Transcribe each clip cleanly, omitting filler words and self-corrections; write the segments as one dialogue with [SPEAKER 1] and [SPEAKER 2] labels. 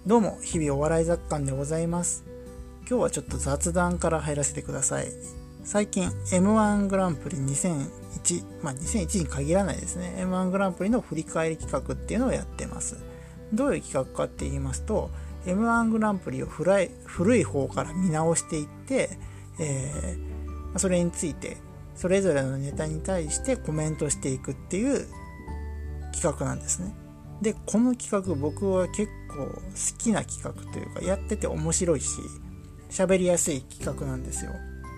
[SPEAKER 1] どうも、日々お笑い雑感でございます。今日はちょっと雑談から入らせてください。最近 M1 グランプリ2001、2001に限らないですね。M1 グランプリの振り返り企画っていうのをやってます。どういう企画かって言いますと、M1 グランプリを古い方から見直していって、それについてそれぞれのネタに対してコメントしていくっていう企画なんですね。で、この企画僕は結構好きな企画というか、やってて面白いし喋りやすい企画なんですよ。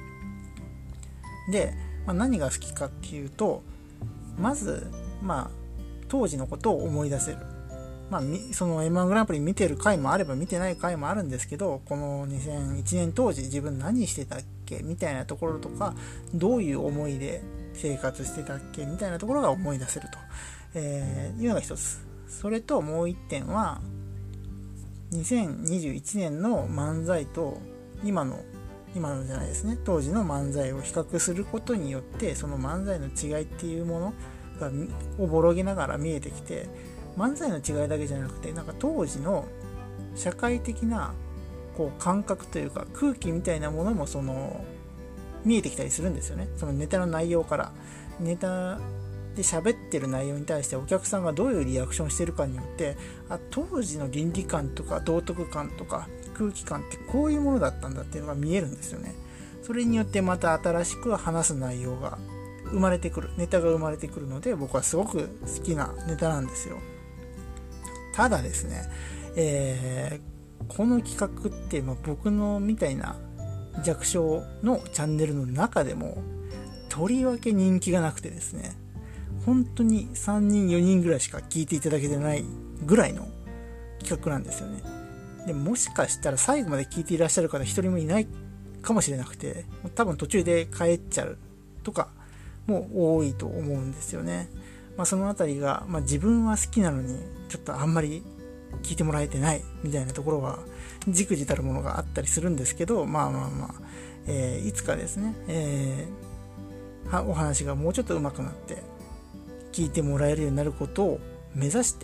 [SPEAKER 1] で、何が好きかっていうと、まず当時のことを思い出せる。その M1 グランプリ見てる回もあれば見てない回もあるんですけど、この2001年当時自分何してたっけみたいなところとか、どういう思いで生活してたっけみたいなところが思い出せると、いうのが一つ。それともう一点は、2021年の漫才と今のじゃないですね、当時の漫才を比較することによって、その漫才の違いっていうものがおぼろげながら見えてきて、漫才の違いだけじゃなくて、当時の社会的な感覚というか空気みたいなものも見えてきたりするんですよね。そのネタの内容から、ネタで喋ってる内容に対してお客さんがどういうリアクションしてるかによって、当時の倫理観とか道徳観とか空気感ってこういうものだったんだっていうのが見えるんですよね。それによってまた新しく話す内容が生まれてくる、ネタが生まれてくるので、僕はすごく好きなネタなんですよ。ただですね、この企画って、僕のみたいな弱小のチャンネルの中でもとりわけ人気がなくてですね、本当に3人4人ぐらいしか聞いていただけてないぐらいの企画なんですよね。でもしかしたら最後まで聞いていらっしゃる方一人もいないかもしれなくて、多分途中で帰っちゃうとかも多いと思うんですよね。そのあたりが、自分は好きなのにちょっとあんまり聞いてもらえてないみたいなところはじくじたるものがあったりするんですけど、いつかですね、お話がもうちょっと上手くなって聞いてもらえるようになることを目指して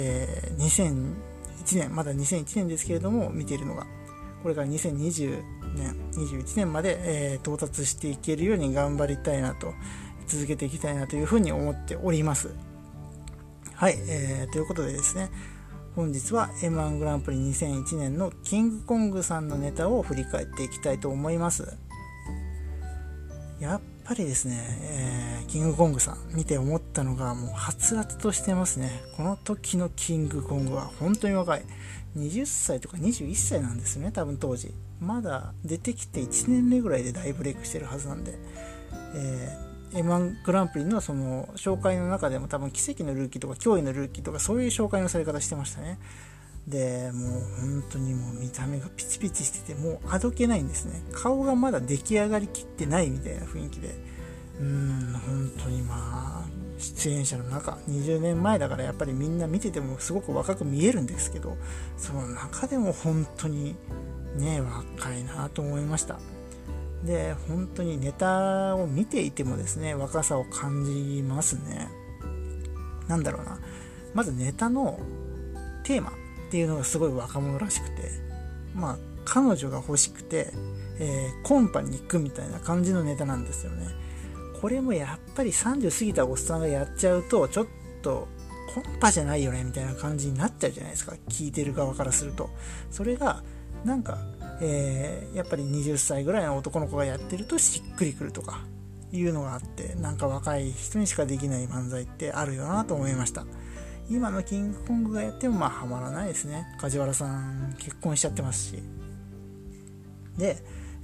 [SPEAKER 1] 、2001年、まだ2001年ですけれども見ているのが、これから2020年21年まで、到達していけるように頑張りたいなと、続けていきたいなというふうに思っております。はい、ということでですね、本日は M1 グランプリ2001年のキングコングさんのネタを振り返っていきたいと思います。やっぱりですね、キングコングさん見て思ったのが、もうはつらつとしてますね。この時のキングコングは本当に若い、20歳とか21歳なんですね。多分当時まだ出てきて1年目ぐらいで大ブレイクしてるはずなんで、M1 グランプリのその紹介の中でも多分奇跡のルーキーとか驚異のルーキーとかそういう紹介のされ方してましたね。で、もう本当にもう見た目がピチピチしてて、もうあどけないんですね。顔がまだ出来上がりきってないみたいな雰囲気で、本当に出演者の中、20年前だからやっぱりみんな見ててもすごく若く見えるんですけど、その中でも本当にね、若いなと思いました。で、本当にネタを見ていてもですね、若さを感じますね。まずネタのテーマっていうのがすごい若者らしくて、彼女が欲しくて、コンパに行くみたいな感じのネタなんですよね。これもやっぱり30過ぎたおっさんがやっちゃうと、ちょっとコンパじゃないよねみたいな感じになっちゃうじゃないですか、聞いてる側からすると。それがやっぱり20歳ぐらいの男の子がやってるとしっくりくるとかいうのがあって、若い人にしかできない漫才ってあるよなと思いました。今のキングコングがやってもハマらないですね。梶原さん結婚しちゃってますし。で、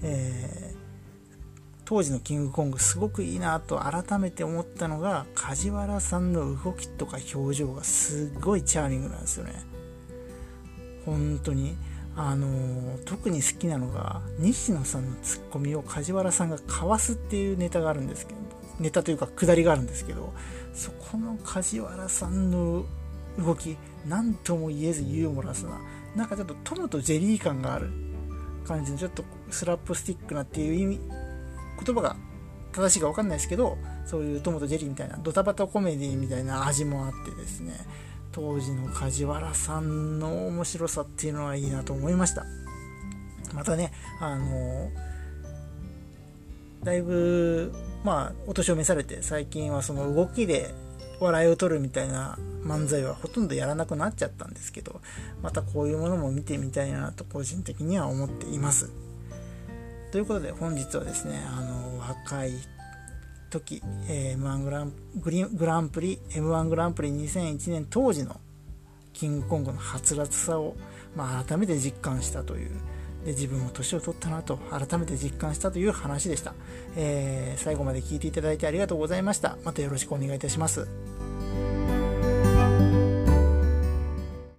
[SPEAKER 1] 当時のキングコングすごくいいなと改めて思ったのが、梶原さんの動きとか表情がすごいチャーミングなんですよね。本当に特に好きなのが、西野さんのツッコミを梶原さんがかわすっていうネタがあるんですけど、ネタというか下りがあるんですけど、そこの梶原さんの動き、なんとも言えずユーモラスな、ちょっとトムとジェリー感がある感じの、ちょっとスラップスティックなっていう言葉が正しいか分かんないですけど、そういうトムとジェリーみたいなドタバタコメディみたいな味もあってですね、 当時の梶原さんの面白さっていうのはいいなと思いました。またね、だいぶお年を召されて、最近はその動きで笑いを取るみたいな漫才はほとんどやらなくなっちゃったんですけど、またこういうものも見てみたいなと個人的には思っています。ということで本日はですね、若い時、M1 グランプリ M1 グランプリ2001年当時のキングコングのはつらつさを、改めて実感したという、で自分も年を取ったなと改めて実感したという話でした。最後まで聞いていただいてありがとうございました。またよろしくお願いいたします。